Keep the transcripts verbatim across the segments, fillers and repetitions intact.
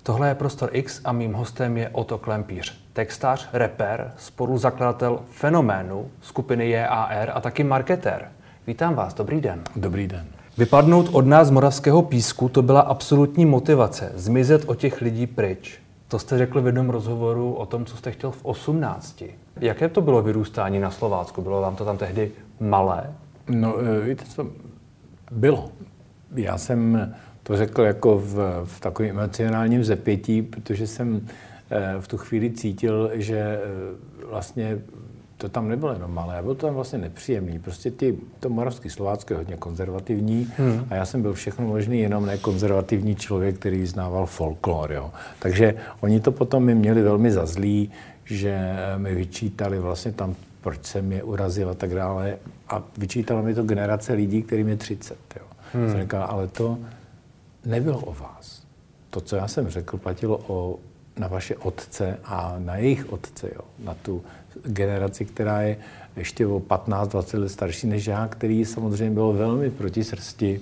Tohle je Prostor X a mým hostem je Otto Klempíř, textař, rapper, spoluzakladatel Fenoménu, skupiny J A R a taky marketér. Vítám vás, dobrý den. Dobrý den. Vypadnout od nás z moravského písku, to byla absolutní motivace, zmizet od těch lidí pryč. To jste řekl v jednom rozhovoru o tom, co jste chtěl v osmnácti. Jaké to bylo vyrůstání na Slovácku? Bylo vám to tam tehdy malé? No, víte co, bylo. Já jsem to řekl jako v, v takovém emocionálním zepětí, protože jsem v tu chvíli cítil, že vlastně to tam nebylo jenom malé, bylo to tam vlastně nepříjemný. Prostě ty, to moravský Slovácko je hodně konzervativní hmm. a já jsem byl všechno možný, jenom ne konzervativní člověk, který vyznával folklor. Jo. Takže oni to potom mi měli velmi za zlý, že mi vyčítali vlastně tam, proč jsem je urazil a tak dále. A vyčítala mi to generace lidí, kterým je třicet. Jo. Hmm. Jsem říkal, ale to nebylo o vás. To, co já jsem řekl, platilo o, na vaše otce a na jejich otce, jo. Na tu generaci, která je ještě o patnáct dvacet let starší než já, který samozřejmě bylo velmi proti srsti,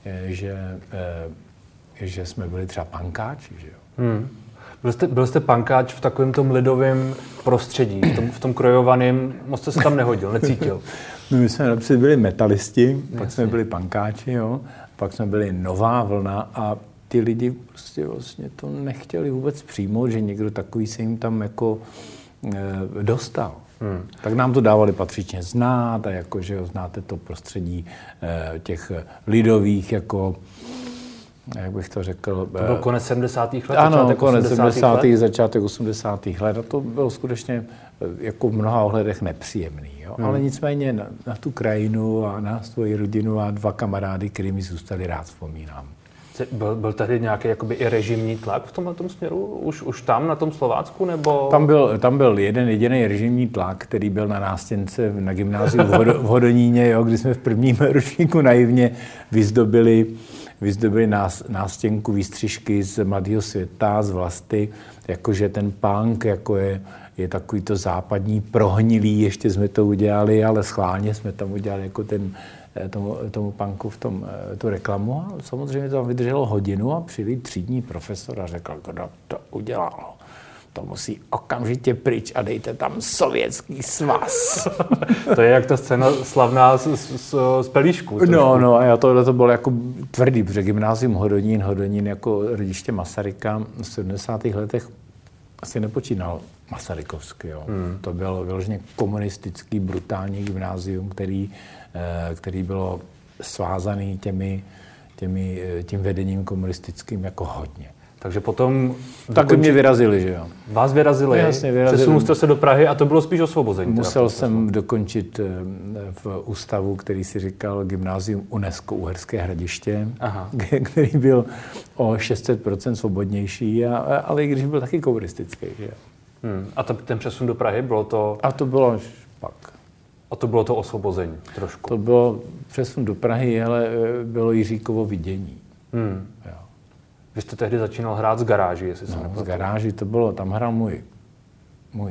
že, že jsme byli třeba pankáči. Že jo. Hmm. Byl jste, byl jste pankáč v takovém tom lidovém prostředí, v tom, v tom krojovaném, moc jste se tam nehodil, necítil? No, my jsme například byli metalisti, Jasně. pak jsme byli pankáči, jo, pak jsme byli nová vlna a ty lidi prostě vlastně to nechtěli vůbec přijmout, že někdo takový se jim tam jako e, dostal. Hmm. Tak nám to dávali patřičně znát a jako, že jo, znáte to prostředí e, těch lidových jako jak bych to řekl... To byl konec sedmdesátých let? Ano, konec sedmdesátých začátek osmdesátých let. A to bylo skutečně jako v mnoha ohledech nepříjemný. Jo? Hmm. Ale nicméně na, na tu krajinu a na svoji rodinu a dva kamarády, kterými zůstali, rád vzpomínám. Byl, byl tady nějaký jakoby i režimní tlak v tomhle tom směru? Už, už tam, na tom Slovácku, nebo...? Tam byl, tam byl jeden jediný režimní tlak, který byl na nástěnce na gymnáziu v, Hodo, v Hodoníně, jo, kdy jsme v prvním ročníku naivně vyzdobili vyzdobili nás, nástěnku výstřižky z Mladého světa, z Vlasty, jakože ten punk jako je, je takový to západní prohnilý, ještě jsme to udělali, ale schválně jsme tam udělali jako ten, tomu, tomu punku v tom, tu reklamu a samozřejmě to tam vydrželo hodinu a přijeli třídní profesor a řekl, kdo to udělal. To musí okamžitě pryč a dejte tam Sovětský svaz. To je jak ta scéna slavná z, z, z Pelíšku. No, no, a já to, to bylo jako tvrdý, protože gymnázium Hodonín, Hodonín jako rodiště Masaryka v sedmdesátých letech asi nepočínal masarykovsky. Jo. Hmm. To bylo vyloženě komunistický, brutální gymnázium, který, který bylo svázaný těmi, těmi, tím vedením komunistickým jako hodně. Takže potom... Tak dokončit... mě vyrazili, že jo? Vás vyrazili? Jasně, vyrazili. Přesunul jste se do Prahy a to bylo spíš osvobození. Musel jsem dokončit v ústavu, který si říkal Gymnázium UNESCO Uherské Hradiště, Aha. který byl o šest set procent svobodnější, a, ale i když byl taky komunistický, že jo? Hmm. A to, ten přesun do Prahy, bylo to... A to bylo až pak. A to bylo to osvobození trošku? To bylo přesun do Prahy, ale bylo Jiříkovo vidění. Hmm. Jo. Vy jste tehdy začínal hrát z garáži, jestli se no, nepletu. Z garáži to bylo, tam hrál můj, můj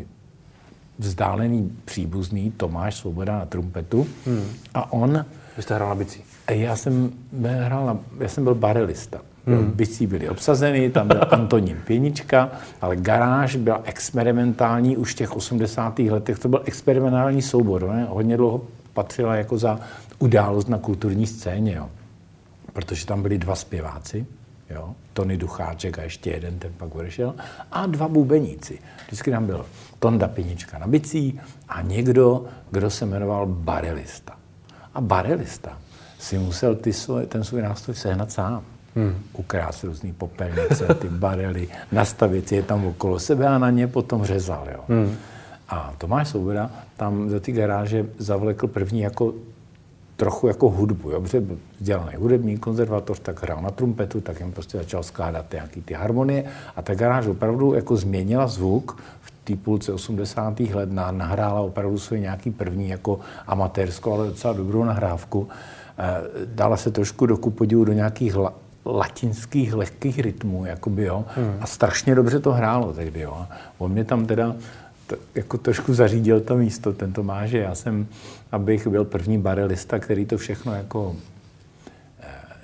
vzdálený příbuzný Tomáš Svoboda na trumpetu hmm. a on... Vy jste hrál na bicí? Já jsem, hrál na, já jsem byl barelista. Hmm. Bicí byly obsazeny, tam byl Antonín Pěnička, ale garáž byla experimentální už v těch osmdesátých letech. To byl experimentální soubor, ne? Hodně dlouho patřila jako za událost na kulturní scéně, jo. Protože tam byli dva zpěváci, jo, Tony Ducháček a ještě jeden, ten pak odešel, a dva bubeníci. Vždycky tam byl Tonda Pěnička na bicí a někdo, kdo se jmenoval barelista. A barelista si musel ty svoj, ten svůj nástroj sehnat sám. Hmm. Ukrát různý popelnice, ty barely, nastavit je tam okolo sebe a na ně potom řezal. Jo. Hmm. A Tomáš Svoboda tam do té garáže zavlekl první jako trochu jako hudbu, jo, protože byl vzdělaný hudební konzervatoř, tak hrál na trumpetu, tak jim prostě začal skládat nějaký ty harmonie a ta garáž opravdu jako změnila zvuk v té půlce osmdesátých let, nahrála opravdu svůj nějaký první jako amatérskou, ale docela dobrou nahrávku. Dala se trošku do kupodivu do nějakých la, latinských lehkých rytmů, jakoby, jo, hmm. a strašně dobře to hrálo tehdy, jo. On mě tam teda to, jako trošku zařídil to místo, ten Tomáš. Já jsem, abych byl první barelista, který to všechno jako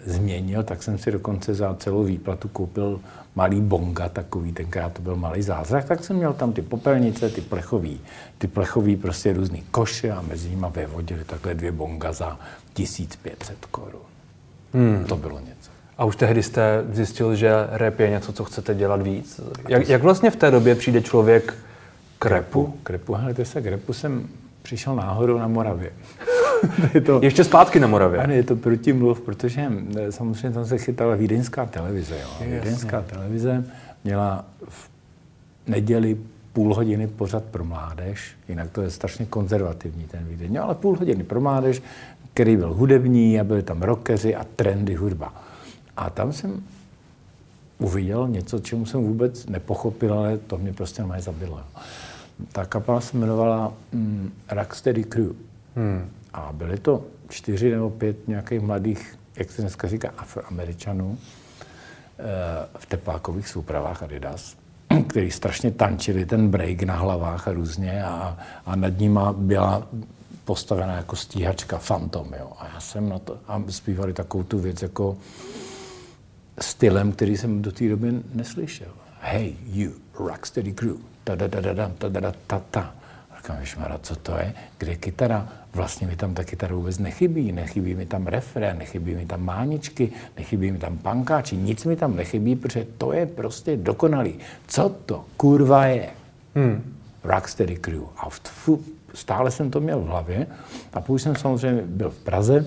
změnil, tak jsem si dokonce za celou výplatu koupil malý bonga takový, tenkrát to byl malý zázrak, tak jsem měl tam ty popelnice, ty plechový, ty plechový prostě různý koše a mezi nimi vyvodili takhle dvě bonga za tisíc pět set korun. Hmm. To bylo něco. A už tehdy jste zjistil, že rap je něco, co chcete dělat víc? Jak, jak vlastně v té době přijde člověk k rapu? K rapu, hele, to se k rapu jsem přišel náhodou na Moravě. je to, Ještě zpátky na Moravě. Ano, je to protimluv, protože samozřejmě tam se chytala vídeňská televize. Jo. Vídeňská televize měla v neděli půl hodiny pořad pro mládež, jinak to je strašně konzervativní ten Vídeň, ale půl hodiny pro mládež, který byl hudební a byli tam rockeři a trendy hudba. A tam jsem uviděl něco, čemu jsem vůbec nepochopil, ale to mě prostě normálně zabilo. Ta kapela se jmenovala mm, Rocksteady Crew. Hmm. A byly to čtyři nebo pět nějakých mladých, jak se dneska říká, Afroameričanů e, v teplákových soupravách Adidas, který strašně tančili ten break na hlavách a různě a, a nad nima byla postavená jako stíhačka Phantom. Jo. A já jsem na to, a zpívali takovou tu věc jako stylem, který jsem do té doby neslyšel. Hey, you, Rocksteady Crew, ta da da da da ta da da ta ta. Říkám, ježmara, co to je? Kde je kytara? Vlastně mi tam ta kytara vůbec nechybí. Nechybí mi tam refrén, nechybí mi tam máničky, nechybí mi tam pankáči, nic mi tam nechybí, protože to je prostě dokonalý. Co to kurva je? Hmm. Rocksteady Crew. A v, stále jsem to měl v hlavě a pokud jsem samozřejmě byl v Praze,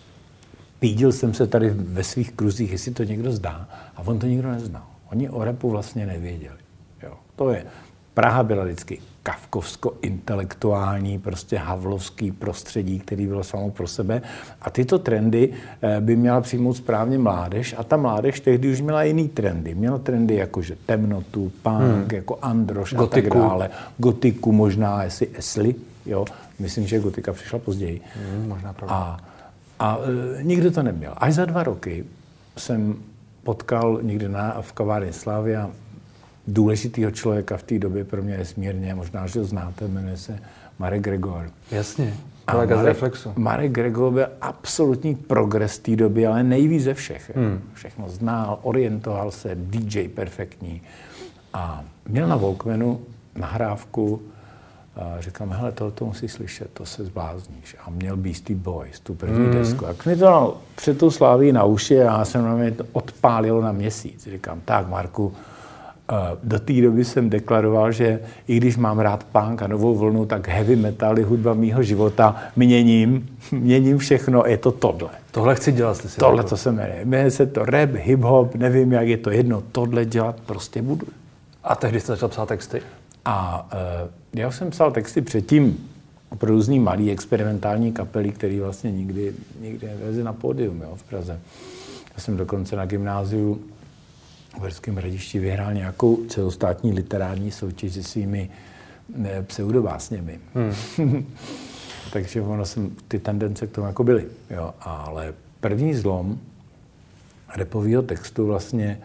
pídil jsem se tady ve svých kruzích, jestli to někdo zdá, a on to nikdo neznal. Oni o rapu vlastně nevěděli. Jo. To je, Praha byla vždycky kafkovsko-intelektuální, prostě havlovský prostředí, který bylo samo pro sebe. A tyto trendy by měla přijmout správně mládež a ta mládež tehdy už měla jiný trendy. Měla trendy jako že temnotu, punk, hmm. jako androš a tak dále. Gotiku možná, jestli esli, jo. Myslím, že gotika přišla později. Hmm, možná pravda. A A e, nikdo to neměl. Až za dva roky jsem potkal někde na, v kavárně Slavia důležitýho člověka v té době, pro mě nesmírně, možná, že ho znáte, jmenuje se Marek Gregor. Jasně, kolega z Reflexu. Marek Gregor byl absolutní progres té doby, ale nejvíc ze všech. Hmm. Všechno znal, orientoval se, D J perfektní. A měl na Walkmanu nahrávku. A říkám, hele, tohle musíš slyšet, to se zblázníš. A měl Beastie Boys, tu první mm. desku. A mi to dal před tou Slaví na uši a já jsem na mě to odpálil na měsíc. Říkám, tak Marku, do té doby jsem deklaroval, že i když mám rád punk a novou vlnu, tak heavy metal je hudba mýho života. Měním, měním všechno, je to tohle. Tohle chci dělat. Si tohle, co se jmenuje. Jmenuje se to rap, hip-hop, nevím, jak je to jedno. Tohle dělat prostě budu. A tehdy jste začal psát texty? A uh, já jsem psal texty předtím pro různý malý experimentální kapely, který vlastně nikdy, nikdy nevlezli na pódium, jo, v Praze. Já jsem dokonce na gymnáziu v Uherském Hradišti vyhrál nějakou celostátní literární soutěž se svými ne, pseudobásněmi. Hmm. Takže ono jsem, ty tendence k tomu jako byly. Jo. Ale první zlom rapového textu vlastně,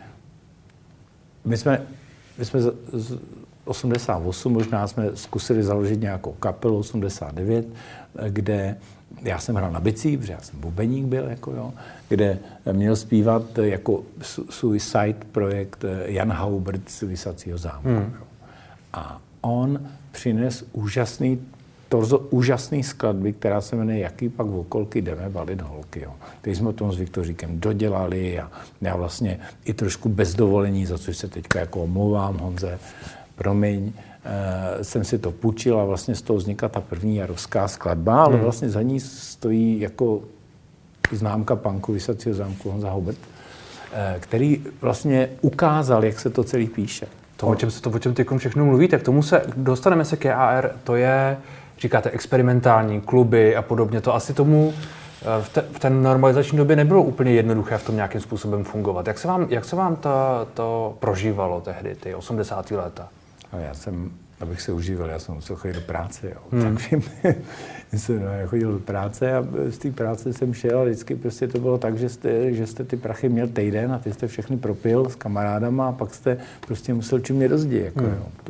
my jsme, my jsme z, z, osmdesát osm možná jsme zkusili založit nějakou kapelu, osmdesát devět, kde já jsem hrál na bicí, protože já jsem bubeník byl, jako jo, kde měl zpívat jako suicide projekt Jan Haubert z Vysacího zámku. Hmm. A on přines úžasný torzo, úžasný skladby, která se jmenuje Jaký pak v okolky jdeme balit holky. Jo. Teď jsme o tom s Viktoříkem dodělali a já vlastně i trošku bez dovolení, za což se teďka jako omlouvám, Honze, promiň, e, jsem si to půjčil a vlastně z toho vznikla ta první jarovská skladba, ale vlastně za ní stojí jako známka punku Vysacího zámku Honza Haubert, e, který vlastně ukázal, jak se to celý píše. To, o čem se to, o čem teď všechno mluvíte, k tomu se dostaneme se K A R, to je, říkáte, experimentální kluby a podobně, to asi tomu v, te, v té normalizační době nebylo úplně jednoduché v tom nějakým způsobem fungovat. Jak se vám, jak se vám to, to prožívalo tehdy, ty osmdesátá léta? A já jsem, abych se užíval, já jsem musel chodit do práce, jo. Hmm. Tak jsem no, chodil do práce a z té práce jsem šel a vždycky prostě to bylo tak, že jste, že jste ty prachy měl týden a ty jste všechny propil s kamarádama a pak jste prostě musel čumět do zdi, jako, hmm. jo. To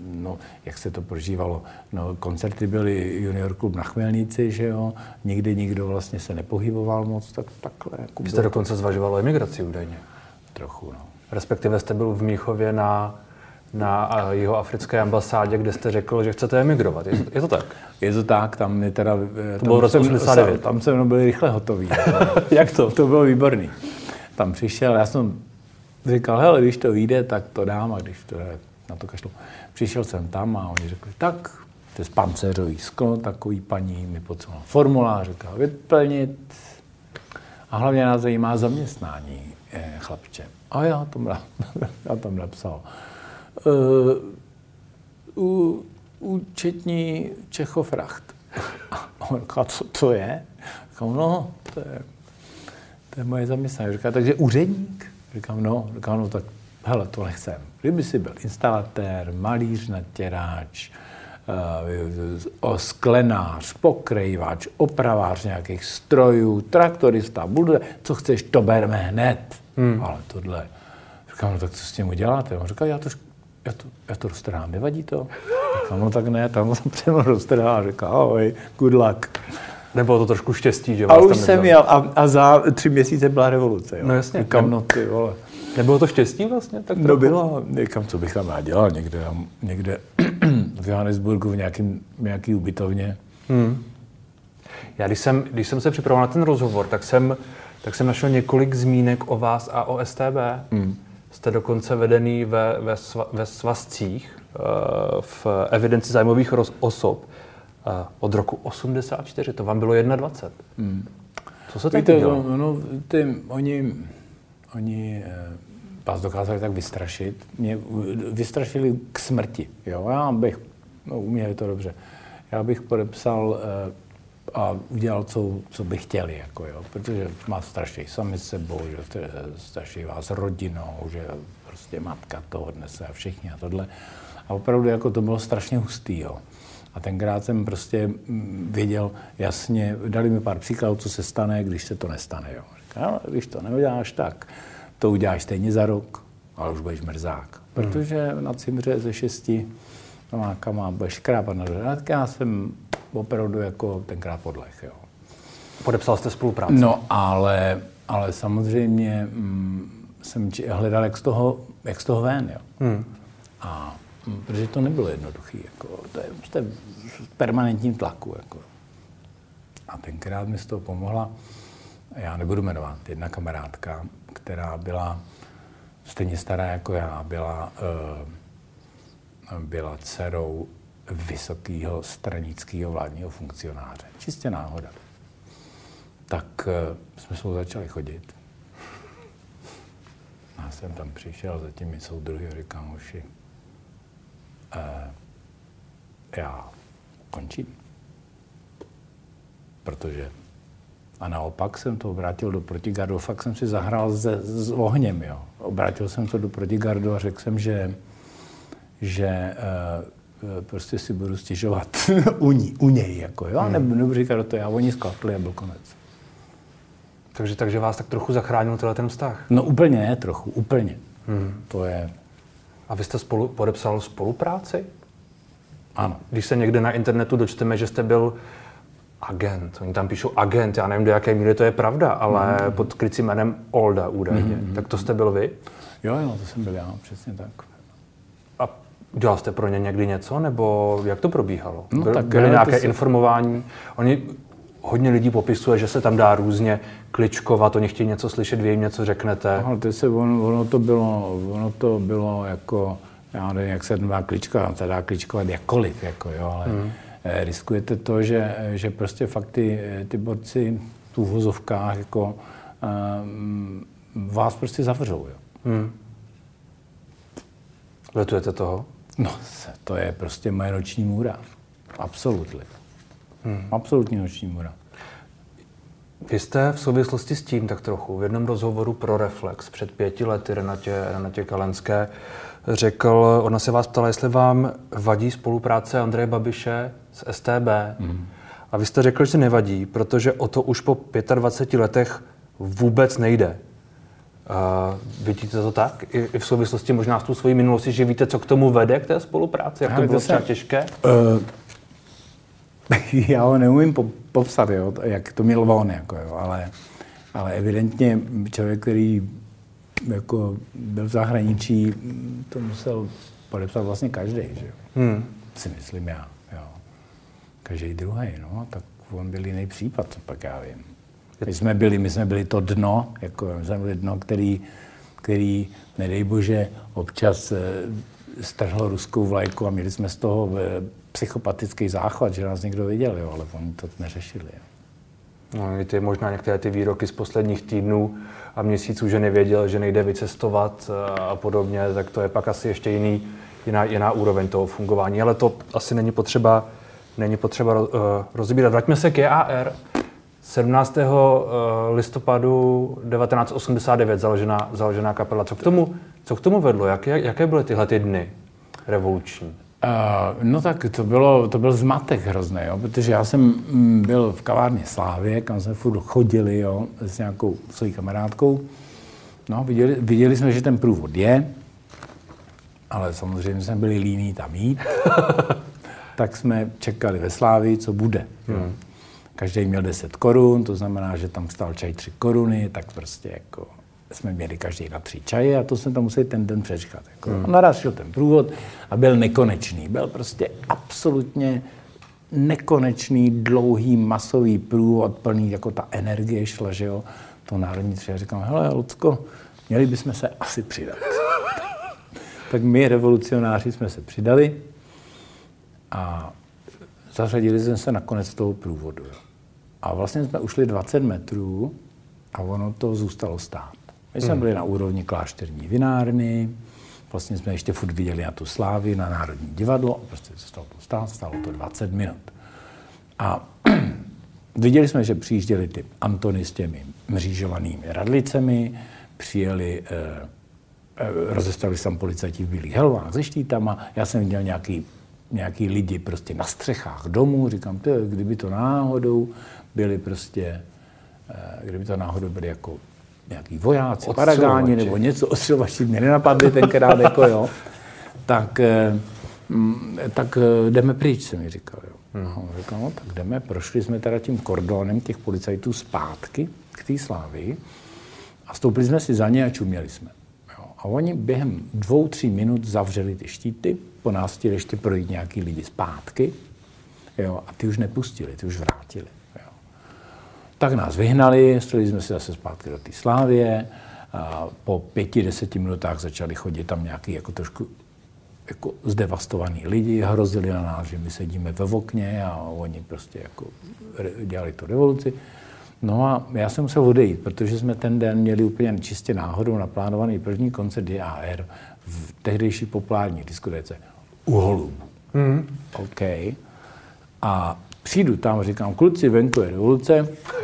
no, jak se to prožívalo. No, koncerty byly Junior klub na Chmelnici, že jo, nikdy nikdo vlastně se nepohyboval moc, tak takhle. Jako Vy jste dokonce zvažovalo emigraci údajně. Trochu, no. Respektive jste byl v Mnichově na, na jihoafrické ambasádě, kde jste řekl, že chcete emigrovat. Je to, je to tak? Je to tak, tam je teda... To bylo v roce osmdesát devět. Tam se mnou byli rychle hotoví. Jak to? To bylo výborný. Tam přišel, já jsem říkal, hele, když to vyjde, tak to dám, a když to jde, na to kašlu. Přišel jsem tam a oni řekli, tak, to je pancéřový sklo, takový paní mi potřeboval formulář, říkal, vyplnit. A hlavně nás zajímá zaměstnání, eh, chlapče. A já tam, já tam napsal. Uh, účetní Čechofracht. A on říkal, co to je? Říkal, no, to je, to je moje zaměstnání. Říkal, takže úředník? Říkám, no, říkám, no tak, hele, to nechcem. Kdyby si byl instalatér, malíř, natěráč, uh, sklenář, pokrývač, opravář nějakých strojů, traktorista, bude, co chceš, to bereme hned. Hmm. Ale tohle. Říkám, no tak co s tím uděláte? On říkal, já to, já to, já to roztrhám, nevadí to? Říkám, no tak ne, tam jsem přímo roztrhal a říkal, ahoj, good luck. Nebylo to trošku štěstí, že vás a tam už jsem jel a, a za tři měsíce byla revoluce. Jo. No jasně. Říkám, no ty vole. Nebylo to štěstí vlastně? Tak no bylo, říkám, co bych tam já dělal někde, někde v Johannesburgu v nějakým, nějaký ubytovně. Hmm. Já když jsem, když jsem se připravoval na ten rozhovor, tak jsem, tak jsem našel několik zmínek o vás a o S T B. Hmm. Jste dokonce vedený ve, ve, sva, ve svazcích v evidenci zájmových osob od roku osmdesát čtyři. To vám bylo dvacet jedna. Hmm. Co se tak dělo? No, no, ty, oni, oni vás dokázali tak vystrašit. Mě vystrašili k smrti. Jo? Já bych, no, u mě je to dobře, já bych podepsal a udělal, co, co by chtěli, jako, jo? Protože má strašný sami s sebou, že straší vás rodinou, že prostě matka to odnese a všichni a tohle. A opravdu jako to bylo strašně hustý, jo. A tenkrát jsem prostě věděl jasně, dali mi pár příkladů, co se stane, když se to nestane, jo. Říkám, když to neuděláš, tak to uděláš stejně za rok, ale už budeš mrzák. Protože na Cimře ze šesti novákama budeš krápat na dodatky. Já jsem opravdu jako tenkrát podlech, jo. Podepsal jste spolupráci? No, ale, ale samozřejmě mm, jsem hledal, jak z toho, jak z toho ven, jo. Hmm. A mm, protože to nebylo jednoduché, jako, to je, jste v permanentním tlaku, jako. A tenkrát mi z toho pomohla, já nebudu jmenovat, jedna kamarádka, která byla stejně stará jako já, byla, uh, byla dcerou vysokého stranického vládního funkcionáře. Čistě náhoda. Tak uh, jsme spolu začali chodit. Já jsem tam přišel, za těmi soudruhy a říkám, uši, uh, já končím. Protože a naopak jsem to obrátil do protigardu, fakt jsem si zahrál s, s ohněm, jo. Obrátil jsem to do protigardu a řekl jsem, že, že uh, prostě si budu stěžovat u, ní, u něj, jako, jo. Hmm. Nebudu, nebudu říkat do toho, já oni sklapli a byl konec. Takže, takže vás tak trochu zachránil tenhle ten vztah? No úplně ne, trochu, úplně. Hmm. To je... A vy jste spolu, podepsal spolupráci? Ano. Když se někde na internetu dočteme, že jste byl agent, oni tam píšou agent, já nevím, do jaké míry to je pravda, ale mm-hmm. pod krycím jménem Olda údajně. Mm-hmm. Tak to jste byl vy? Jo, jo, to jsem byl já, přesně tak. A dělal jste pro ně někdy něco, nebo jak to probíhalo? No, Byl, tak, byly nějaké se... informování? Oni, hodně lidí popisuje, že se tam dá různě kličkovat, oni chtějí něco slyšet, vy jim něco řeknete. Aha, to se, ono, ono, to bylo, ono to bylo jako, já nevím, jak se dá kličkovat, se dá kličkovat jakkoliv, jako, jo, ale mm. riskujete to, že, že prostě fakt ty, ty borci v uvozovkách jako um, vás prostě zavřou, jo. Hmm. Letujete toho? No, to je prostě moje noční můra. Absolutně. Hmm. Absolutní noční můra. Vy jste v souvislosti s tím tak trochu v jednom rozhovoru pro Reflex před pěti lety Renatě, Renatě Kalenské řekl, ona se vás ptala, jestli vám vadí spolupráce Andreje Babiše s S T B. Hmm. A vy jste řekl, že nevadí, protože o to už po dvaceti pěti letech vůbec nejde. Uh, vidíte to tak? I, I v souvislosti možná s tou svojí minulostí, že víte, co k tomu vede, k té spolupráci? Jak to bylo třeba těžké? Uh, já ho neumím po, popsat, jo, jak to měl on, jako, jo, ale, ale evidentně člověk, který jako byl v zahraničí, to musel podepsat vlastně každý, že jo. Hmm. Si myslím já, jo. Každý druhý, no, tak on byl jiný případ, co pak já vím. My jsme byli, my jsme byli to dno, jako my jsme byli dno, který, který, nedej bože, občas strhlo ruskou vlajku a měli jsme z toho psychopatický záchvat, že nás někdo viděl, jo, ale oni to neřešili. Jo. No, víte, možná některé ty výroky z posledních týdnů a měsíců, že nevěděl, že nejde vycestovat a podobně, tak to je pak asi ještě jiný, jiná, jiná úroveň toho fungování. Ale to asi není potřeba, není potřeba uh, rozbírat. Vraťme se k J A R. sedmnáctého listopadu devatenáct osmdesát devět založená, založená kapela. Co k tomu, co k tomu vedlo? Jaké, jaké byly tyhle ty dny revoluční? Uh, no tak to, bylo, to byl zmatek hrozný, jo, protože já jsem byl v kavárně Slávě, kam jsme furt chodili, jo, s nějakou svojí kamarádkou. No, viděli, viděli jsme, že ten průvod je, ale samozřejmě jsme byli líní tam jít. Tak jsme čekali ve Slávii, co bude. Hmm. Každý měl deset korun, to znamená, že tam stál čaj tři koruny, tak prostě jako jsme měli každý na tři čaje a to jsme tam museli ten den přečkat. Jako. Hmm. A naraz šel ten průvod a byl nekonečný. Byl prostě absolutně nekonečný, dlouhý, masový průvod, plný, jako ta energie šla, že jo. To národní třeba říkám, hele, Lucko, měli bychom se asi přidat. Tak my, revolucionáři, jsme se přidali a zařadili jsme se na konec toho průvodu. Jo. A vlastně jsme ušli dvacet metrů a ono to zůstalo stát. My jsme byli na úrovni klášterní vinárny, vlastně jsme ještě furt viděli na tu Slávy, na Národní divadlo, a prostě se stalo to stát, stalo to dvacet minut. A viděli jsme, že přijížděli ty Antony s těmi mřížovanými radlicemi, přijeli, eh, eh, rozestavili se tam policajti v bílých helvách se štítama, já jsem viděl nějaký, nějaký lidi prostě na střechách domů, říkám, ty, kdyby to náhodou byli prostě, eh, kdyby to náhodou byli jako nějaký vojáci, paragáni nebo něco, ostřelovači, mě nenapadli tenkrát, jako jo, tak, tak jdeme pryč, jsem mi říkal, jo. Hmm. A on říkal, no tak jdeme, prošli jsme teda tím kordonem těch policajtů zpátky k té Slávii a stoupili jsme si za ně a čuměli jsme. Jo. A oni během dvou, tří minut zavřeli ty štíty, po nás chtěli ještě projít nějaký lidi zpátky, jo, a ty už nepustili, ty už vrátili. Tak nás vyhnali, stali jsme si zase zpátky do té Slávie. A po pěti, deseti minutách začali chodit tam nějaký jako trošku jako zdevastovaný lidi, hrozili na nás, že my sedíme ve okně a oni prostě jako dělali tu revoluci. No a já jsem musel odejít, protože jsme ten den měli úplně čistě náhodou naplánovaný první koncert J A R v tehdejší populární diskotéce u Holub. Mm. OK. A přijdu tam a říkám, kluci, venku je revoluce.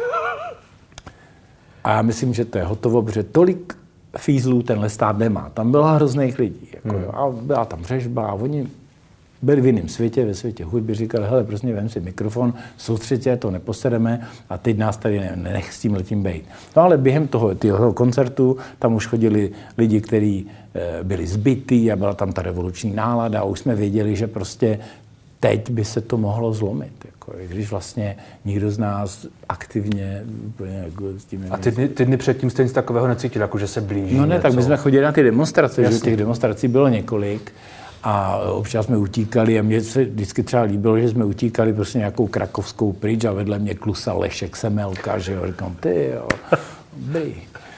A já myslím, že to je hotovo, protože tolik fízlů tenhle stát nemá. Tam bylo hrozných lidí. Jako, hmm. A byla tam řežba a oni byli v jiném světě, ve světě hudby, říkali, hele, prostě vem si mikrofon, soustředě, to neposedeme a teď nás tady ne, nech s tím letím bejt. No ale během toho, toho koncertu tam už chodili lidi, kteří e, byli zbytí a byla tam ta revoluční nálada a už jsme věděli, že prostě teď by se to mohlo zlomit. Jako, když vlastně nikdo z nás aktivně jako s tím... A ty dny, ty dny předtím jste nic takového necítil, jako že se blíží? No ne, něco. Tak my jsme chodili na ty demonstrace, Jasně. že těch demonstrací bylo několik a občas jsme utíkali a mně se vždycky třeba líbilo, že jsme utíkali prostě nějakou krakovskou pryč a vedle mě klusal Lešek Semelka, že jo, říkám, ty jo, dobrý.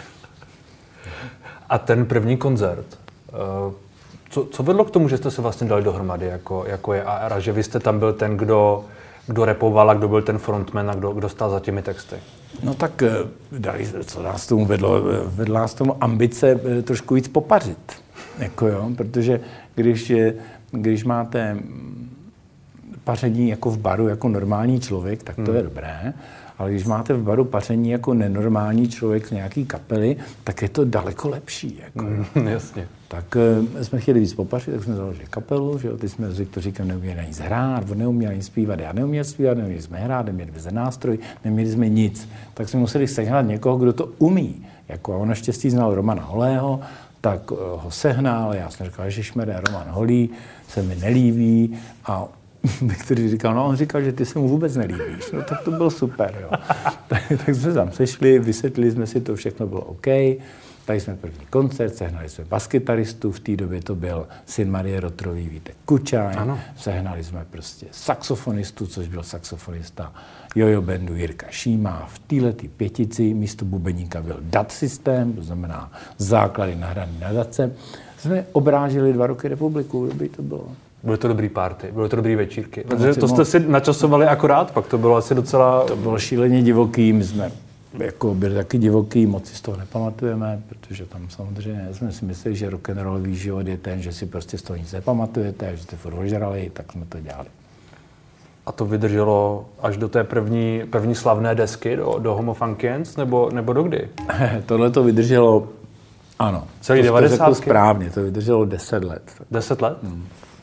A ten první koncert, uh... Co, co vedlo k tomu, že jste se vlastně dali dohromady jako, jako J A R a že vy jste tam byl ten, kdo, kdo rapoval a kdo byl ten frontman a kdo, kdo stál za těmi texty? No tak dali, co nás tomu vedlo? Vedla nás tomu ambice trošku víc popařit. Jako jo, protože když, když máte paření jako v baru jako normální člověk, tak to hmm. je dobré. Ale když máte v baru paření jako nenormální člověk z nějaký kapely, tak je to daleko lepší. Jako. Mm, jasně. Tak uh, jsme chtěli víc popařit, tak jsme založili kapelu, že jo, ty jsme s Viktoříkem neuměli nic hrát, on neuměl nic zpívat, já neuměl zpívat, neměli jsme hrát, neměli jsme nástroj, neměli jsme nic. Tak jsme museli sehnat někoho, kdo to umí. Jako, a on naštěstí znal Romana Holého, tak ho sehnal, já jsem říkal, ježišmarja, Roman Holý se mi nelíbí a někteří říkal, no on říkal, že ty se mu vůbec nelíbíš, no tak to bylo super, jo. tak, tak jsme tam sešli, vysvětlili jsme si to, všechno bylo OK, tady jsme první koncert, sehnali jsme baskytaristu, v té době to byl syn Marie Rotrový Vítek Kučaj, ano. Sehnali jsme prostě saxofonistu, což byl saxofonista Jojo bandu Jirka Šíma. V této pětici místo bubeníka byl D A T systém, to znamená základy nahraný na dace. Jsme obrážili dva roky republiku, kdyby to bylo. Byly to dobrý party, byly to dobrý večírky. Protože to jste si načasovali akorát, pak to bylo asi docela... To bylo šíleně divoký, my jsme jako byli taky divoký, moc si z toho nepamatujeme, protože tam samozřejmě jsme si mysleli, že rock'n'rollový život je ten, že si prostě z toho nic nepamatujete, že jste furt ožrali, tak jsme to dělali. A to vydrželo až do té první, první slavné desky, do, do Homo Funkians, nebo, nebo do kdy? Tohle to vydrželo, ano. Celý devadesátky? To správně, to vydrželo deset let. Deset let? Hmm.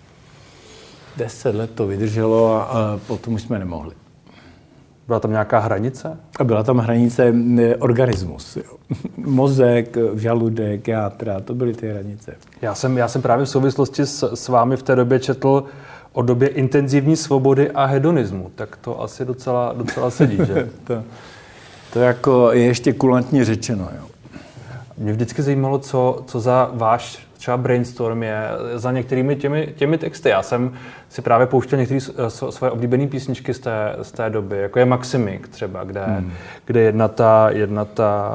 Deset let to vydrželo a, a potom už jsme nemohli. Byla tam nějaká hranice? A byla tam hranice organismus. Jo. Mozek, žaludek, játra, to byly ty hranice. Já jsem, já jsem právě v souvislosti s, s vámi v té době četl o době intenzivní svobody a hedonismu. Tak to asi docela, docela sedí, že? to, to jako je ještě kulantně řečeno. Jo. Mě vždycky zajímalo, co, co za váš třeba brainstorm je za některými těmi, těmi texty. Já jsem si právě pouštěl některé svoje oblíbené písničky z té, z té doby, jako je Maximik třeba, kde, hmm. kde jedna ta, jedna ta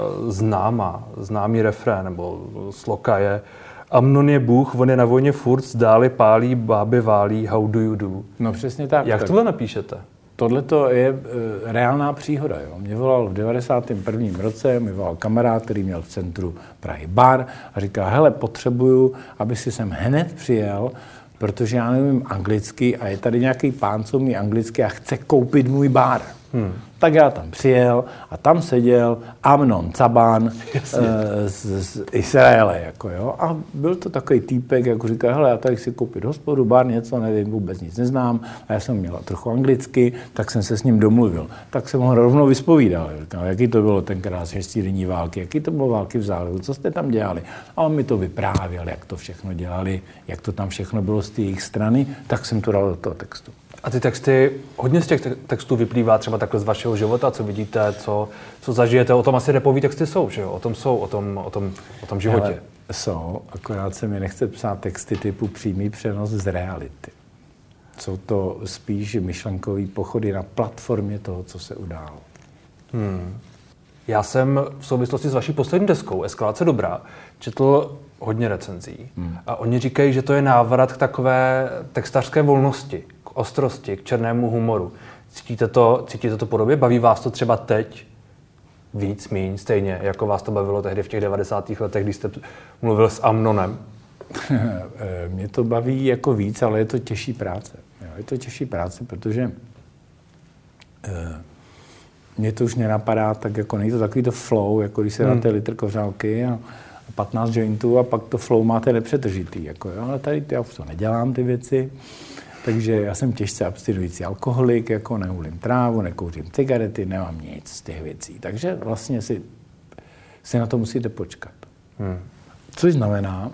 známá, známý refrén nebo sloka je Amnon je Bůh, on je na vojně furt, zdáli pálí, báby válí, how do you do? No přesně tak. Jak tak. tohle napíšete? Tohle to je e, reálná příhoda. Jo. Mě volal v devadesátém prvním roce, mi volal kamarád, který měl v centru Prahy bar a říká, hele, potřebuju, aby si sem hned přijel, protože já nevím anglicky a je tady nějaký pán, co umí anglicky a chce koupit můj bar. Hmm. Tak já tam přijel a tam seděl Amnon Caban e, z, z Izraele. Jako, jo. A byl to takový týpek, jako říká, hele, já tady chci koupit hospodu, bar, něco, nevím, vůbec nic neznám. A já jsem měl trochu anglicky, tak jsem se s ním domluvil. Tak jsem ho rovnou vyspovídal. Říkal, jaký to bylo tenkrát šestidenní války, jaký to bylo války v zálivu, co jste tam dělali. A on mi to vyprávěl, jak to všechno dělali, jak to tam všechno bylo z té jejich strany, tak jsem to dal do toho textu. A ty texty, hodně z těch textů vyplývá třeba takhle z vašeho života, co vidíte, co, co zažijete, o tom asi rapový texty jsou, že jo? O tom jsou, o tom, o tom, o tom životě. Hele, jsou, akorát se mi nechce psát texty typu přímý přenos z reality. Jsou to spíš myšlenkový pochody na platformě toho, co se událo. Hmm. Já jsem v souvislosti s vaší poslední deskou Eskalace dobra četl hodně recenzí. Hmm. A oni říkají, že to je návrat k takové textařské volnosti, k ostrosti, k černému humoru. Cítíte to, cítíte to podobě? Baví vás to třeba teď víc, míň, stejně, jako vás to bavilo tehdy v těch devadesátých letech, když jste mluvil s Amnonem? Mě to baví jako víc, ale je to těžší práce. Jo, je to těžší práce, protože eh, mě to už nenapadá tak, jako není to takový to flow, jako když se hmm. dáte litr kořálky a patnáct jointů a pak to flow máte nepřetržitý. Jako, jo, ale tady já už to nedělám, ty věci. Takže já jsem těžce abstinující alkoholik, jako nehulím trávu, nekouřím cigarety, nemám nic z těch věcí. Takže vlastně si, si na to musíte počkat. Hmm. Což znamená,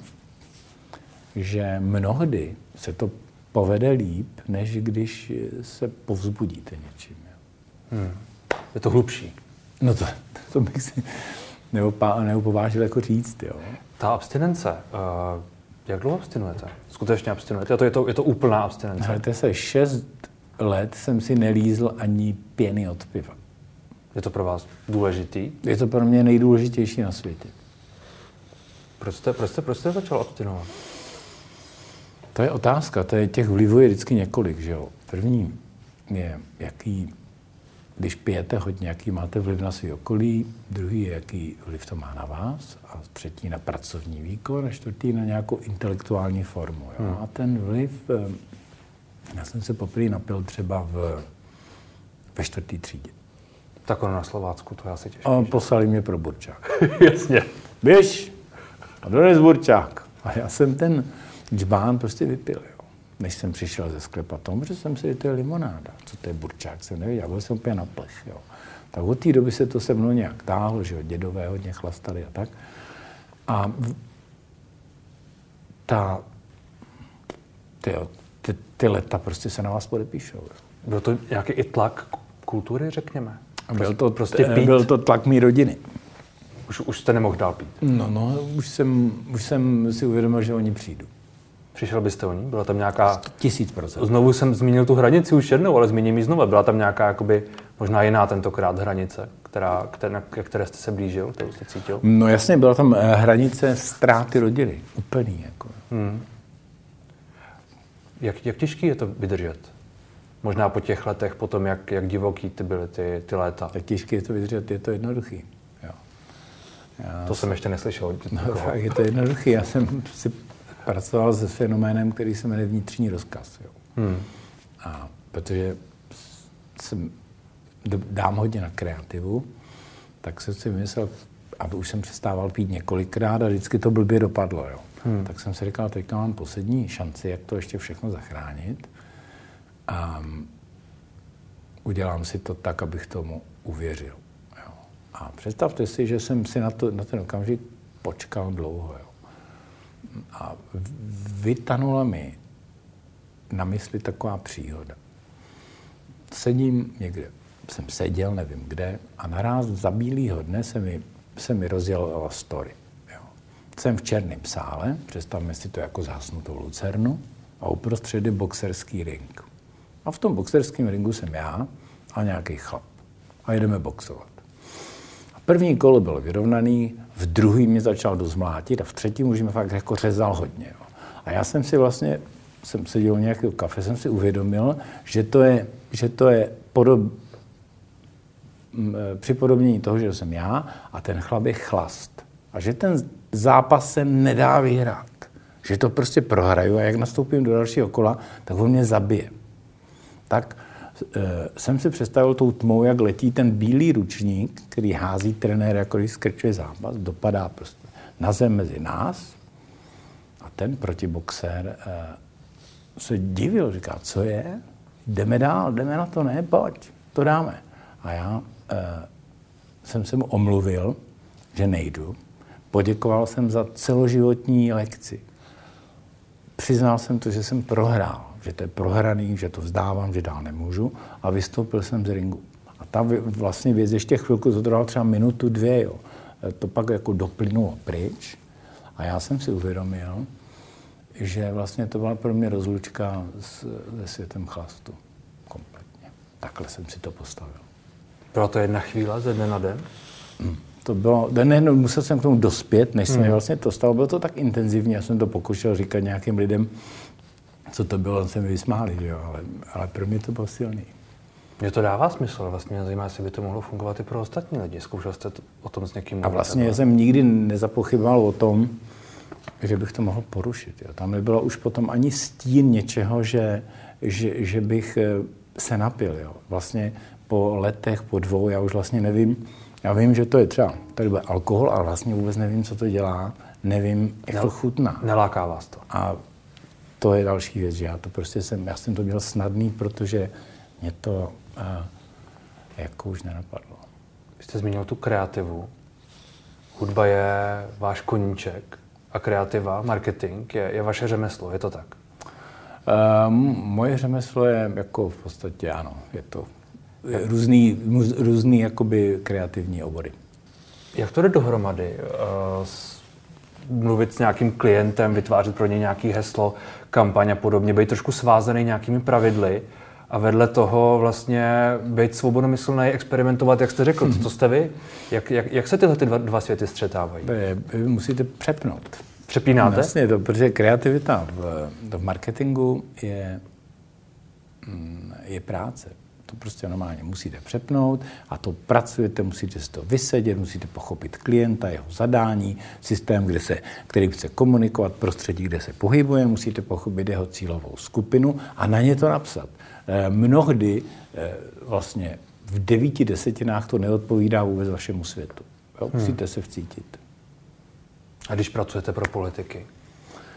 že mnohdy se to povede líp, než když se povzbudíte něčím. Hmm. Je to hlubší. No to, to bych si neupá, neupovážil jako říct, jo. Ta abstinence, uh, jak dlouho abstinujete? Skutečně abstinujete? Je to, je to, je to úplná abstinence? Hledajte se, šest let jsem si nelízl ani pěny od piva. Je to pro vás důležitý? Je to pro mě nejdůležitější na světě. Proč jste, proč jste, proč jste začal abstinovat? To je otázka, to je těch vlivů je vždycky několik, že jo. První je, jaký, když pijete hodně, jaký máte vliv na svý okolí, druhý je, jaký vliv to má na vás, a třetí na pracovní výkon, a čtvrtý na nějakou intelektuální formu. Jo. Hmm. A ten vliv, já jsem se poprvé napil třeba v, ve čtvrtý třídě. Tak ono na Slovácku, to já si těším. A poslali mě pro burčák. Jasně. Běž a dones burčák. A já jsem ten džbán prostě vypil, jo. Než jsem přišel ze sklepa tomu, že jsem si, že to je limonáda. Co to je burčák, jsem nevěděl, byl jsem úplně na plech, jo. Tak od té doby se to se mnou nějak táhlo, že jo, dědové hodně chlastali a tak. A ta, ty, ty, ty leta prostě se na vás podepíšou. Jo. Byl to nějaký i tlak kultury, řekněme? Byl to, prostě pít. Byl to tlak mý rodiny. Už, už jste nemohl dál pít? No, no, už jsem, už jsem si uvědomil, že oni přijdu. Přišel byste o ní? Byla tam nějaká... Tisíc procent. Znovu jsem zmínil tu hranici už jednou, ale zmíním ji znovu. Byla tam nějaká, jakoby, možná jiná tentokrát hranice, která, které, které jste se blížil, kterou jste cítil? No jasně, byla tam hranice ztráty rodiny. Úplný, jako. Hmm. Jak, jak těžký je to vydržet? Možná po těch letech, potom, jak, jak divoký ty byly ty, ty léta. Tak těžké je to vydržet, je to jednoduchý. Jo. Já to jsem ještě neslyšel. No, tak je to jednoduchý. Já jsem si pracoval se fenoménem, který se jmenuje vnitřní rozkaz. Jo. Hmm. A protože jsem dám hodně na kreativu, tak jsem si myslel, a už jsem přestával pít několikrát a vždycky to blbě dopadlo. Jo. Hmm. Tak jsem si říkal, teďka mám poslední šanci, jak to ještě všechno zachránit. A udělám si to tak, abych tomu uvěřil. Jo. A představte si, že jsem si na, to, na ten okamžik počkal dlouho. Jo. A vytanula mi na mysli taková příhoda. Sedím někde, jsem seděl, nevím kde, a naraz za bílýho dne se mi, se mi rozjela story. Jo. Jsem v černém sále, představme si to jako zhasnutou lucernu, a uprostřed je boxerský ring. A v tom boxerském ringu jsem já a nějaký chlap. A jedeme boxovat. A první kolo bylo vyrovnaný, v druhý mě začal dozmlátit a v třetím už mě fakt jako řezal hodně. Jo. A já jsem si vlastně, jsem seděl v nějakého kafe, jsem si uvědomil, že to je, že to je podob, připodobnění toho, že jsem já a ten chlap je chlast. A že ten zápas se nedá vyhrát. Že to prostě prohraju a jak nastoupím do dalšího kola, tak on mě zabije. Tak e, jsem si představil tou tmou, jak letí ten bílý ručník, který hází trenér, jako když skrčuje zápas, dopadá prostě na zem mezi nás a ten protiboxer e, se divil, říká, co je? Jdeme dál, jdeme na to, ne, pojď, to dáme. A já e, jsem se mu omluvil, že nejdu. Poděkoval jsem za celoživotní lekci. Přiznal jsem to, že jsem prohrál, že to je prohraný, že to vzdávám, že dál nemůžu a vystoupil jsem z ringu. A ta vlastně věc ještě chvilku, to trvalo třeba minutu, dvě, jo. To pak jako doplynulo pryč a já jsem si uvědomil, že vlastně to byla pro mě rozlučka s, se světem chlastu. Kompletně. Takhle jsem si to postavil. Byla to jedna chvíle ze dne na den? Hmm. To bylo, nejen musel jsem k tomu dospět, než jsem hmm. vlastně to stalo, bylo to tak intenzivní, já jsem to pokoušel říkat nějakým lidem, co to bylo, se mi vysmáli, že jo, ale, ale pro mě to bylo silný. Mně to dává smysl, vlastně mě zajímá, jestli by to mohlo fungovat i pro ostatní lidi. Zkoušel jste to, o tom s někým mluvit? A vlastně já jsem nikdy nezapochyboval o tom, že bych to mohl porušit. Jo. Tam nebylo už potom ani stín něčeho, že, že, že bych se napil. Jo. Vlastně po letech, po dvou, já už vlastně nevím, já vím, že to je třeba, tady bude alkohol, ale vlastně vůbec nevím, co to dělá, nevím, jak Nel, to chutná. Neláká vás to. A to je další věc, že já to prostě jsem, já jsem to měl snadný, protože mě to uh, jako už nenapadlo. Vy jste zmínil tu kreativu. Hudba je váš koníček a kreativa, marketing je, je vaše řemeslo, je to tak? Uh, moje řemeslo je jako v podstatě ano, je to různý, různý jakoby kreativní obory. Jak to jde dohromady? Uh, s, mluvit s nějakým klientem, vytvářet pro něj nějaký heslo, kampaň a podobně, být trošku svázaný nějakými pravidly a vedle toho vlastně být svobodomyslný, experimentovat, jak jste řekl, hmm. co jste vy? Jak, jak, jak se tyhle ty dva, dva světy střetávají? Vy musíte přepnout. Přepínáte? Vlastně to, protože kreativita v, v marketingu je, je práce. To prostě normálně musíte přepnout a to pracujete, musíte si to vysedět, musíte pochopit klienta, jeho zadání, systém, kde se, který chce komunikovat, prostředí, kde se pohybuje, musíte pochopit jeho cílovou skupinu a na ně to napsat. E, mnohdy e, vlastně v devíti desetinách to neodpovídá vůbec vašemu světu. Jo? Musíte hmm. se vcítit. A když pracujete pro politiky?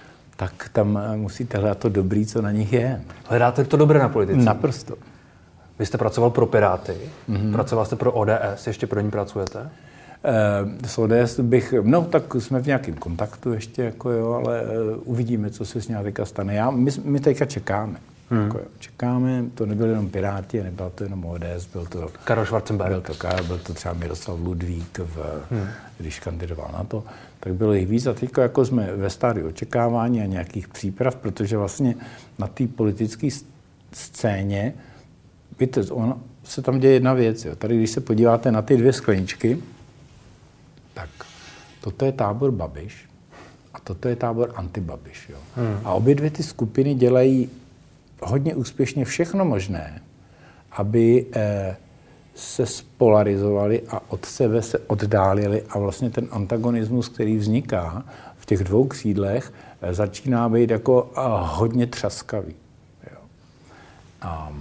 Tak tam musíte hledat to dobrý, co na nich je. Hledáte to dobré na politice? Naprosto. Vy jste pracoval pro Piráty, mm-hmm. pracoval jste pro O D S, ještě pro ní pracujete? E, s O D S bych, no tak jsme v nějakém kontaktu ještě, jako jo, ale uvidíme, co se s ní teďka stane. Já, my, my teďka čekáme. Hmm. Jako, čekáme, to nebyl jenom Piráti, nebyl to jenom O D S, byl to Karel Schwarzenberg. Byl to, Karel, byl to třeba Miroslav Ludvík, v, hmm. když kandidoval na to, tak bylo jich víc a teď jako jsme ve stádiu očekávání a nějakých příprav, protože vlastně na té politické scéně, víte, ono se tam děje jedna věc. Jo. Tady, když se podíváte na ty dvě skleničky, tak toto je tábor Babiš a toto je tábor anti-Babiš. Jo. Hmm. A obě dvě ty skupiny dělají hodně úspěšně všechno možné, aby eh, se spolarizovali a od sebe se oddálili a vlastně ten antagonismus, který vzniká v těch dvou křídlech, eh, začíná být jako eh, hodně třaskavý. Jo. A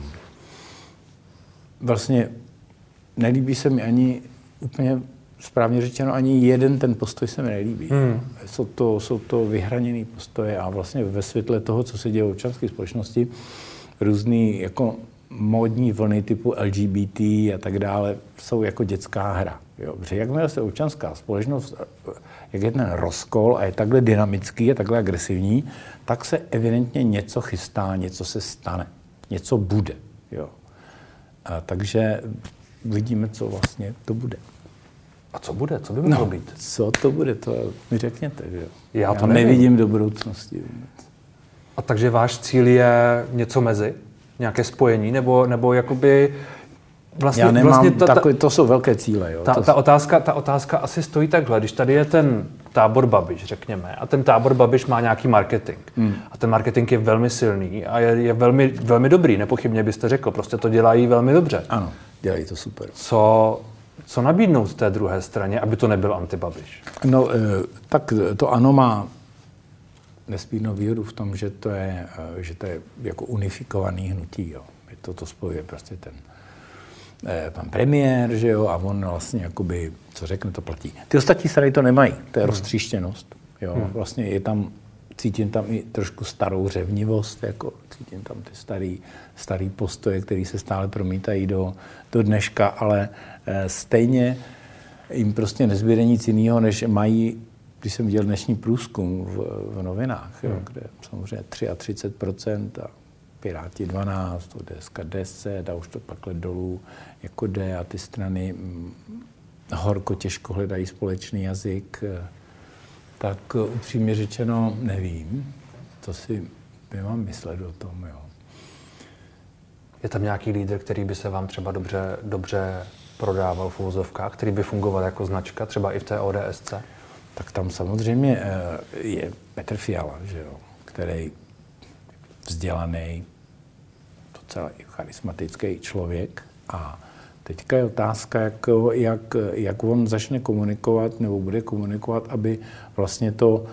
vlastně nelíbí se mi ani úplně správně řečeno, ani jeden ten postoj se mi nelíbí. Hmm. Jsou to, jsou to vyhraněné postoje a vlastně ve světle toho, co se děje v občanské společnosti, různý jako módní vlny typu L G B T a tak dále jsou jako dětská hra. Jo. Protože jakmile se občanská společnost, jak je ten rozkol a je takhle dynamický a takhle agresivní, tak se evidentně něco chystá, něco se stane, něco bude. Jo. A takže vidíme, co vlastně to bude. A co bude? Co by mohlo no, být? Co to bude? To mi řekněte. Že? Já to Já nevidím do budoucnosti vůbec. A takže váš cíl je něco mezi? Nějaké spojení? Nebo, nebo jakoby... Vlastně, Já nemám, vlastně ta, ta, takový, to jsou velké cíle. Jo. Ta, to ta, otázka, ta otázka asi stojí takhle. Když tady je ten tábor Babiš, řekněme, a ten tábor Babiš má nějaký marketing. Hmm. A ten marketing je velmi silný a je, je velmi, velmi dobrý, nepochybně byste řekl. Prostě to dělají velmi dobře. Ano, dělají to super. Co... Co nabídnout té druhé straně, aby to nebyl anti-Babiš? No, tak to ANO má nesmírnou výhodu v tom, že to je, že to je jako unifikovaný hnutí. Jo. To, to spojuje prostě ten pan premiér, že jo, a on vlastně jakoby, co řekne, to platí. Ty ostatní strany to nemají, to je hmm. roztříštěnost. Jo. Hmm. Vlastně je tam, cítím tam i trošku starou řevnivost, jako cítím tam ty starý, starý postoje, které se stále promítají do, do dneška, ale stejně jim prostě nezbyde nic jiného, než mají, když jsem viděl dnešní průzkum v, v novinách, jo, hmm. kde samozřejmě třicet tři procent a Piráti dvanáct, O D S deset a už to pakle dolů jako jde a ty strany hm, horko těžko hledají společný jazyk, tak upřímně řečeno nevím, co si mám myslet o tom. Jo. Je tam nějaký lídr, který by se vám třeba dobře, dobře prodával v uvozovkách, který by fungoval jako značka, třeba i v té O D S C? Tak tam samozřejmě je Petr Fiala, že jo, který vzdělaný, docela charismatický člověk. A teďka je otázka, jak, jak, jak on začne komunikovat nebo bude komunikovat, aby vlastně to,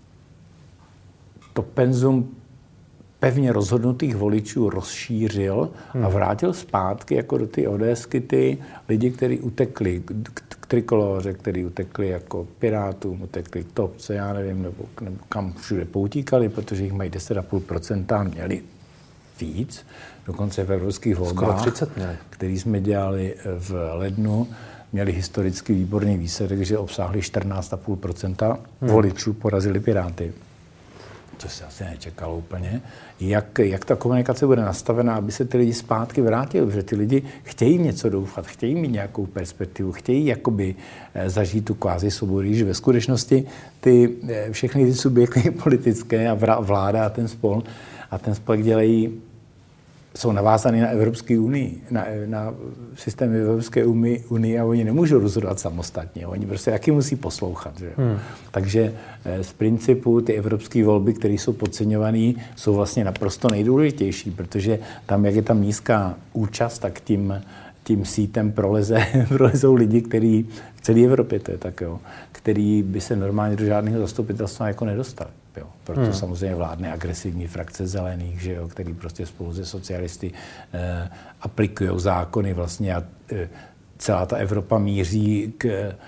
to penzum pevně rozhodnutých voličů rozšířil a vrátil zpátky jako do ty ODSky ty lidi, kteří utekli k Trikoloře, kteří utekli jako Pirátům, utekli k Topce, já nevím, nebo, nebo kam všude poutíkali, protože jich mají deset celá pět procenta, měli víc, dokonce v evropských volbách, který jsme dělali v lednu, měli historicky výborný výsledek, že obsáhli čtrnáct celá pět procenta hmm. voličů, porazili Piráty. To se asi nečekalo úplně. Jak, jak ta komunikace bude nastavená, aby se ty lidi zpátky vrátili, protože ty lidi chtějí něco doufat, chtějí mít nějakou perspektivu, chtějí jakoby zažít tu kvázi svobodu, že ve skutečnosti ty všechny ty subjekty politické a vláda a ten spol a ten spolek dělají, jsou navázaný na Evropské unii, na, na systémy Evropské unii a oni nemůžou rozhodovat samostatně. Oni prostě taky musí poslouchat. Že? Hmm. Takže z principu ty evropské volby, které jsou podceňované, jsou vlastně naprosto nejdůležitější, protože tam, jak je tam nízká účast, tak tím, tím sítem proleze, prolezou lidi, kteří v celé Evropě, to je tak, jo, který by se normálně do žádného zastupitelstva jako nedostali. Jo. Proto hmm. samozřejmě vládne agresivní frakce zelených, že jo, který prostě spolu se socialisty eh, aplikují zákony vlastně a eh, celá ta Evropa míří k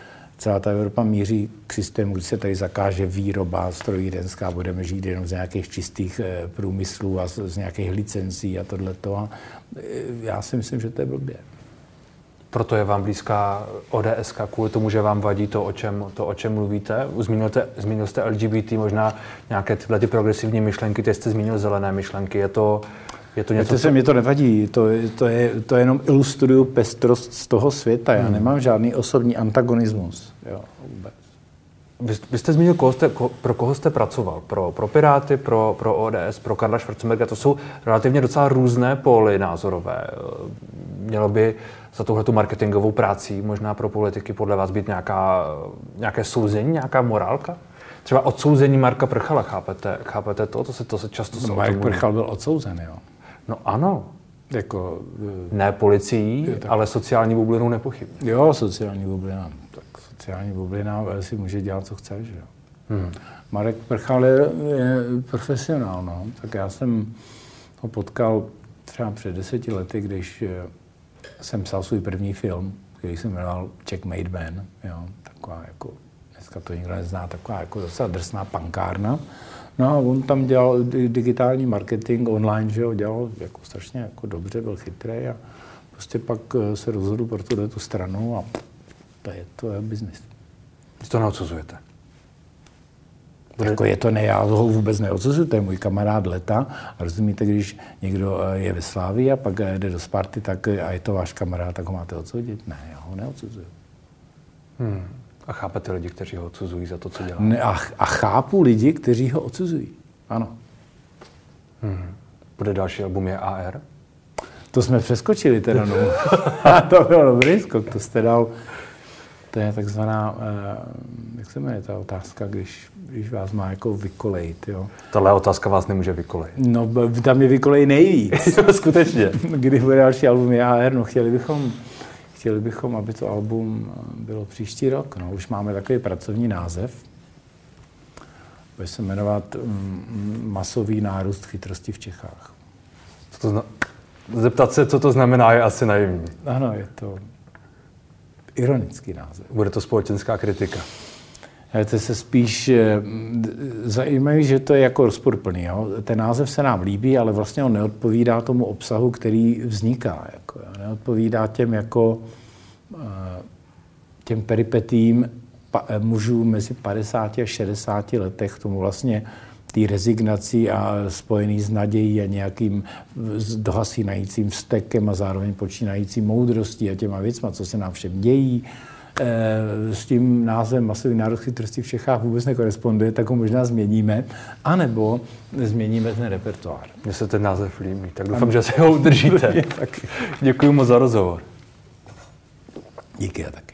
celá ta Evropa míří k systému, kdy se tady zakáže výroba strojírenská, budeme žít jenom z nějakých čistých průmyslů a z, z nějakých licencí a tohleto. A já si myslím, že to je blbě. Proto je vám blízká O D S ka, kvůli tomu, že vám vadí to, o čem, to, o čem mluvíte. Zmínil jste, zmínil jste L G B T, možná nějaké tyhle ty progresivní myšlenky, teď jste zmínil zelené myšlenky. Je to, je to něco, to se, co... Mě to nevadí, to, to, je, to jenom ilustruju pestrost z toho světa. Já hmm. nemám žádný osobní antagonismus. Jo, vůbec. Vy, vy jste zmínil, koho jste, ko, pro koho jste pracoval. Pro, pro Piráty, pro, pro O D S, pro Karla Schwarzenberga. To jsou relativně docela různé póly názorové. Mělo by za tuhletu marketingovou práci možná pro politiky podle vás být nějaká, nějaké souzení, nějaká morálka? Třeba odsouzení Marka Prchala, chápete, chápete to? To se, to se často no, Mark Prchal byl odsouzen, jo. No ano. Jako, ne policií, ale sociální bublinou nepochybně. Jo, sociální bublina. Tak sociální bublina si může dělat, co chce, že jo. Hmm. Marek Prchal je, je profesionál, no. Tak já jsem ho potkal třeba před deseti lety, když jsem psal svůj první film, který jsem jmenoval Checkmate Man, jo, taková jako, dneska to nikdo nezná, taková jako docela drsná pankárna. No a on tam dělal digitální marketing online, že jo, dělal jako strašně jako dobře, byl chytrý a prostě pak se rozhodl pro tuhle tu stranu a to je, to je biznis. Vy to neodsuzujete? Jako je to ne, já ho vůbec neodsuzuju, to je můj kamarád leta. A rozumíte, když někdo je ve Slávii a pak jde do Sparty, tak a je to váš kamarád, tak ho máte odsudit? Ne, já ho neodsuzuju. Hmm. A chápete lidi, kteří ho odsuzují za to, co dělá? Ne, a, a chápu lidi, kteří ho odsuzují. Ano. Hmm. Bude další album je A R? To jsme přeskočili teda, no. A to byl dobrý skok, to jste dal. To je takzvaná, eh, jak se jmenuje ta otázka, když, když vás má jako vykolejit, jo. Tahle otázka vás nemůže vykolejit. No, tam je vykolej nejvíc. Skutečně. Kdy bude další album je A R, no chtěli bychom, chtěli bychom, aby to album bylo příští rok. No, už máme takový pracovní název. Bude se jmenovat mm, Masový nárůst chytrosti v Čechách. Co to zna... Zeptat se, co to znamená, je asi naivní. Ano, je to ironický název. Bude to společenská kritika. To se spíš zajímavé, že to je jako rozporuplný. Jo? Ten název se nám líbí, ale vlastně on neodpovídá tomu obsahu, který vzniká. Jako, jo? Neodpovídá těm, jako, těm peripetím mužů mezi padesáti a šedesáti letech, tomu vlastně té rezignací a spojený s nadějí a nějakým dohasínajícím vztekem a zároveň počínajícím moudrostí a těma věcma, co se nám všem dějí. S tím názvem Masový nárůst chytrosti v Čechách vůbec nekoresponduje, tak ho možná změníme, anebo změníme ten repertoár. Mně se ten název líbí, tak doufám, ano. že se ho udržíte. Děkuji moc za rozhovor. Díky a taky.